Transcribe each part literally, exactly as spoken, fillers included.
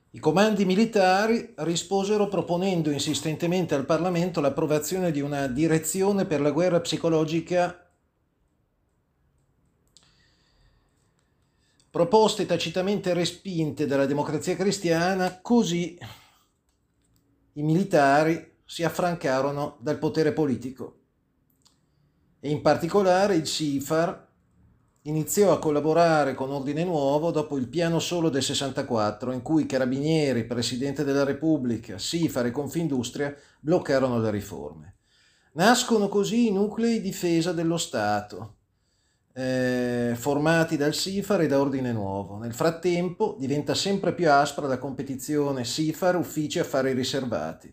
I comandi militari risposero proponendo insistentemente al Parlamento l'approvazione di una direzione per la guerra psicologica, proposte tacitamente respinte dalla Democrazia Cristiana. Così i militari si affrancarono dal potere politico e in particolare il SIFAR iniziò a collaborare con Ordine Nuovo dopo il piano solo del sessantaquattro, in cui Carabinieri, Presidente della Repubblica, SIFAR e Confindustria bloccarono le riforme. Nascono così i nuclei difesa dello Stato, eh, formati dal SIFAR e da Ordine Nuovo. Nel frattempo diventa sempre più aspra la competizione SIFAR, uffici affari riservati.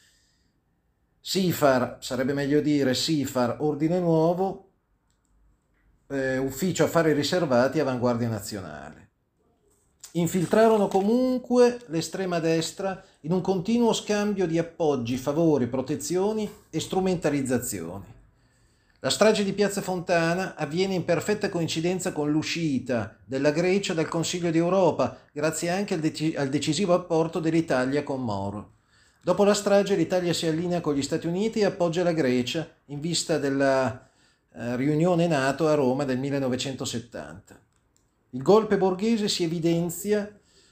SIFAR, sarebbe meglio dire SIFAR, Ordine Nuovo, Eh, ufficio affari riservati, avanguardia nazionale. Infiltrarono comunque l'estrema destra in un continuo scambio di appoggi, favori, protezioni e strumentalizzazioni. La strage di Piazza Fontana avviene in perfetta coincidenza con l'uscita della Grecia dal Consiglio d'Europa, grazie anche al, dec- al decisivo apporto dell'Italia con Moro. Dopo la strage l'Italia si allinea con gli Stati Uniti e appoggia la Grecia in vista della riunione NATO a Roma del millenovecentosettanta. Il golpe borghese si evidenzia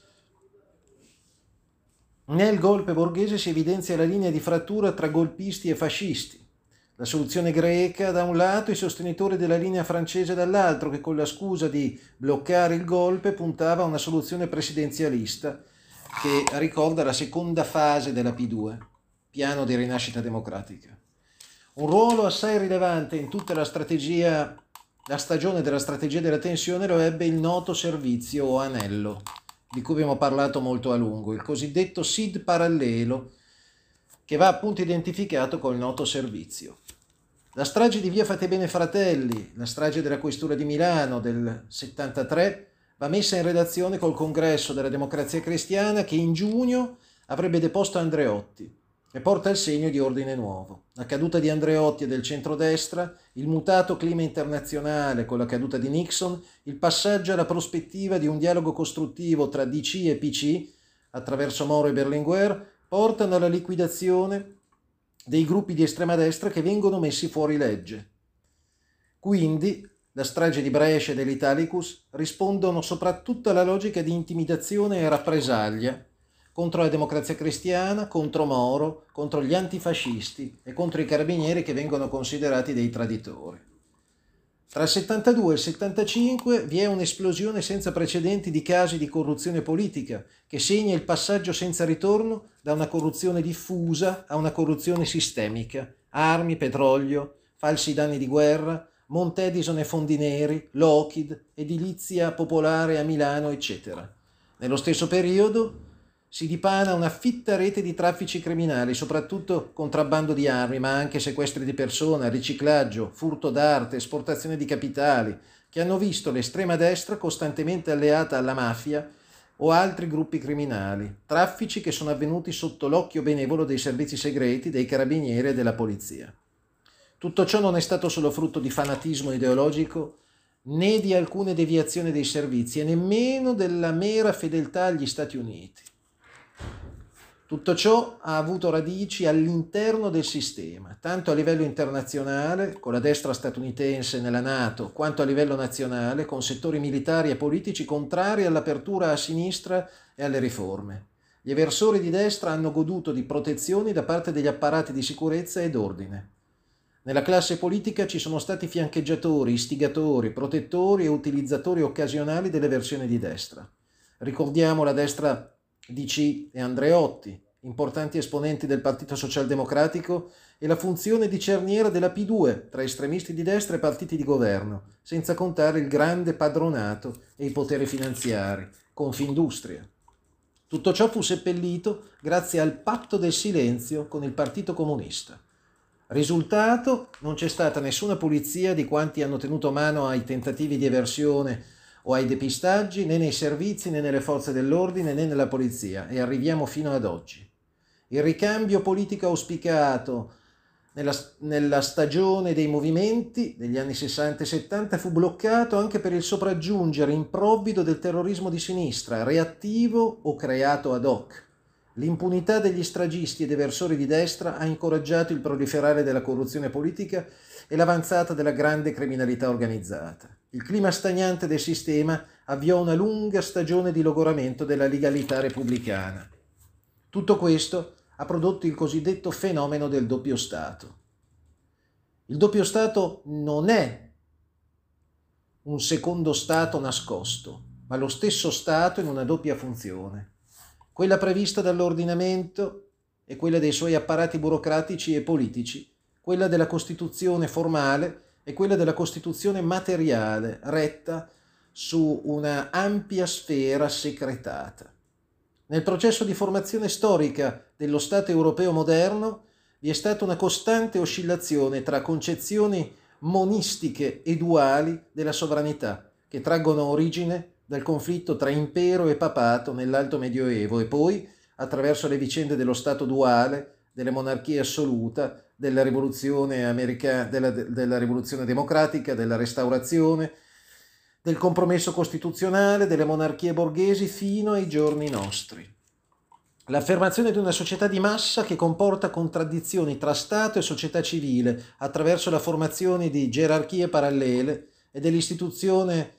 nel golpe borghese si evidenzia la linea di frattura tra golpisti e fascisti. La soluzione greca da un lato, i sostenitori della linea francese dall'altro, che con la scusa di bloccare il golpe puntava a una soluzione presidenzialista che ricorda la seconda fase della P due, piano di rinascita democratica. Un ruolo assai rilevante in tutta la strategia, la stagione della strategia della tensione lo ebbe il noto servizio o anello, di cui abbiamo parlato molto a lungo, il cosiddetto S I D parallelo, che va appunto identificato col noto servizio. La strage di Via Fattebene Fratelli, la strage della Questura di Milano del settantatré, va messa in redazione col congresso della Democrazia Cristiana, che in giugno avrebbe deposto Andreotti e porta il segno di Ordine Nuovo. La caduta di Andreotti e del centrodestra, il mutato clima internazionale con la caduta di Nixon, il passaggio alla prospettiva di un dialogo costruttivo tra D C e P C attraverso Moro e Berlinguer, portano alla liquidazione dei gruppi di estrema destra che vengono messi fuori legge. Quindi la strage di Brescia e dell'Italicus rispondono soprattutto alla logica di intimidazione e rappresaglia contro la Democrazia Cristiana, contro Moro, contro gli antifascisti e contro i carabinieri che vengono considerati dei traditori. Tra il settantadue e il settantacinque vi è un'esplosione senza precedenti di casi di corruzione politica che segna il passaggio senza ritorno da una corruzione diffusa a una corruzione sistemica: armi, petrolio, falsi danni di guerra, Montedison e fondi neri, Lockheed, edilizia popolare a Milano, eccetera. Nello stesso periodo si dipana una fitta rete di traffici criminali, soprattutto contrabbando di armi, ma anche sequestri di persona, riciclaggio, furto d'arte, esportazione di capitali, che hanno visto l'estrema destra costantemente alleata alla mafia o altri gruppi criminali. Traffici che sono avvenuti sotto l'occhio benevolo dei servizi segreti, dei carabinieri e della polizia. Tutto ciò non è stato solo frutto di fanatismo ideologico, né di alcune deviazioni dei servizi, e nemmeno della mera fedeltà agli Stati Uniti. Tutto ciò ha avuto radici all'interno del sistema, tanto a livello internazionale, con la destra statunitense nella NATO, quanto a livello nazionale, con settori militari e politici contrari all'apertura a sinistra e alle riforme. Gli eversori di destra hanno goduto di protezioni da parte degli apparati di sicurezza ed ordine. Nella classe politica ci sono stati fiancheggiatori, istigatori, protettori e utilizzatori occasionali delle versioni di destra. Ricordiamo la destra D C e Andreotti, importanti esponenti del Partito Socialdemocratico, e la funzione di cerniera della P due tra estremisti di destra e partiti di governo, senza contare il grande padronato e i poteri finanziari, Confindustria. Tutto ciò fu seppellito grazie al patto del silenzio con il Partito Comunista. Risultato: non c'è stata nessuna pulizia di quanti hanno tenuto mano ai tentativi di eversione o ai depistaggi, né nei servizi, né nelle forze dell'ordine, né nella polizia, e arriviamo fino ad oggi. Il ricambio politico auspicato nella, nella stagione dei movimenti degli anni sessanta e settanta fu bloccato anche per il sopraggiungere improvvido del terrorismo di sinistra, reattivo o creato ad hoc. L'impunità degli stragisti ed eversori di destra ha incoraggiato il proliferare della corruzione politica e l'avanzata della grande criminalità organizzata. Il clima stagnante del sistema avviò una lunga stagione di logoramento della legalità repubblicana. Tutto questo ha prodotto il cosiddetto fenomeno del doppio Stato. Il doppio Stato non è un secondo Stato nascosto, ma lo stesso Stato in una doppia funzione, quella prevista dall'ordinamento e quella dei suoi apparati burocratici e politici, quella della Costituzione formale e quella della Costituzione materiale, retta su una ampia sfera secretata. Nel processo di formazione storica dello Stato europeo moderno vi è stata una costante oscillazione tra concezioni monistiche e duali della sovranità, che traggono origine dal conflitto tra impero e papato nell'Alto Medioevo e poi, attraverso le vicende dello Stato duale, della monarchia assoluta, della rivoluzione americana, della, della rivoluzione democratica, della restaurazione, del compromesso costituzionale, delle monarchie borghesi fino ai giorni nostri. L'affermazione di una società di massa che comporta contraddizioni tra Stato e società civile attraverso la formazione di gerarchie parallele e dell'istituzione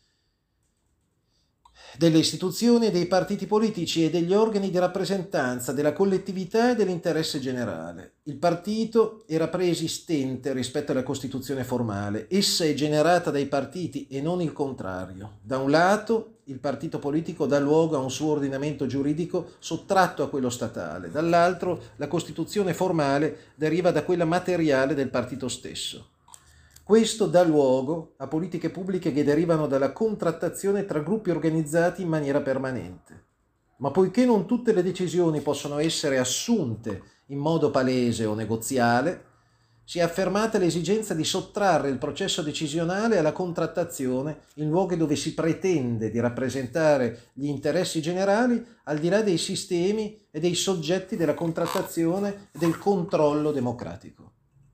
delle istituzioni e dei partiti politici e degli organi di rappresentanza della collettività e dell'interesse generale. Il partito era preesistente rispetto alla Costituzione formale. Essa è generata dai partiti e non il contrario. Da un lato, il partito politico dà luogo a un suo ordinamento giuridico sottratto a quello statale. Dall'altro, la Costituzione formale deriva da quella materiale del partito stesso. Questo dà luogo a politiche pubbliche che derivano dalla contrattazione tra gruppi organizzati in maniera permanente. Ma poiché non tutte le decisioni possono essere assunte in modo palese o negoziale, si è affermata l'esigenza di sottrarre il processo decisionale alla contrattazione in luoghi dove si pretende di rappresentare gli interessi generali al di là dei sistemi e dei soggetti della contrattazione e del controllo democratico.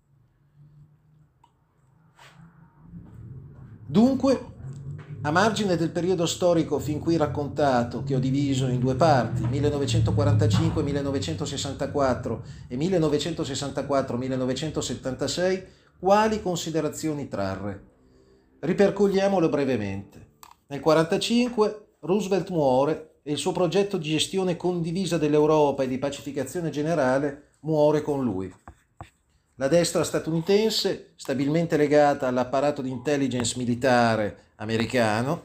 Dunque, a margine del periodo storico fin qui raccontato, che ho diviso in due parti, millenovecentoquarantacinque millenovecentosessantaquattro e millenovecentosessantaquattro millenovecentosettantasei, quali considerazioni trarre? Ripercogliamolo brevemente. Nel millenovecentoquarantacinque Roosevelt muore e il suo progetto di gestione condivisa dell'Europa e di pacificazione generale muore con lui. La destra statunitense, stabilmente legata all'apparato di intelligence militare americano,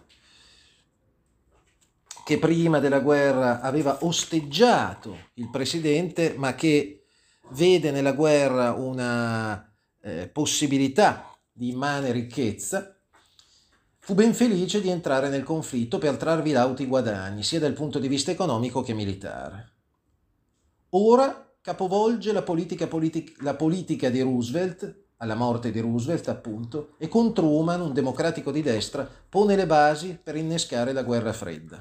che prima della guerra aveva osteggiato il presidente, ma che vede nella guerra una eh, possibilità di immane ricchezza, fu ben felice di entrare nel conflitto per trarvi lauti guadagni, sia dal punto di vista economico che militare. Ora capovolge la politica, politic- la politica di Roosevelt, alla morte di Roosevelt appunto, e con Truman, un democratico di destra, pone le basi per innescare la guerra fredda.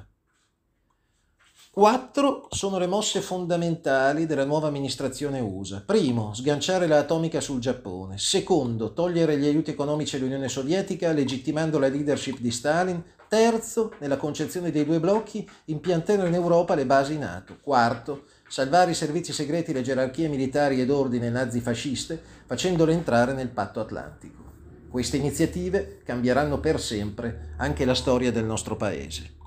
Quattro sono le mosse fondamentali della nuova amministrazione U S A. Primo, sganciare l'atomica sul Giappone. Secondo, togliere gli aiuti economici all'Unione Sovietica, legittimando la leadership di Stalin. Terzo, nella concezione dei due blocchi, impiantare in Europa le basi NATO. Quarto, salvare i servizi segreti e le gerarchie militari ed ordine nazifasciste, facendole entrare nel patto atlantico. Queste iniziative cambieranno per sempre anche la storia del nostro paese.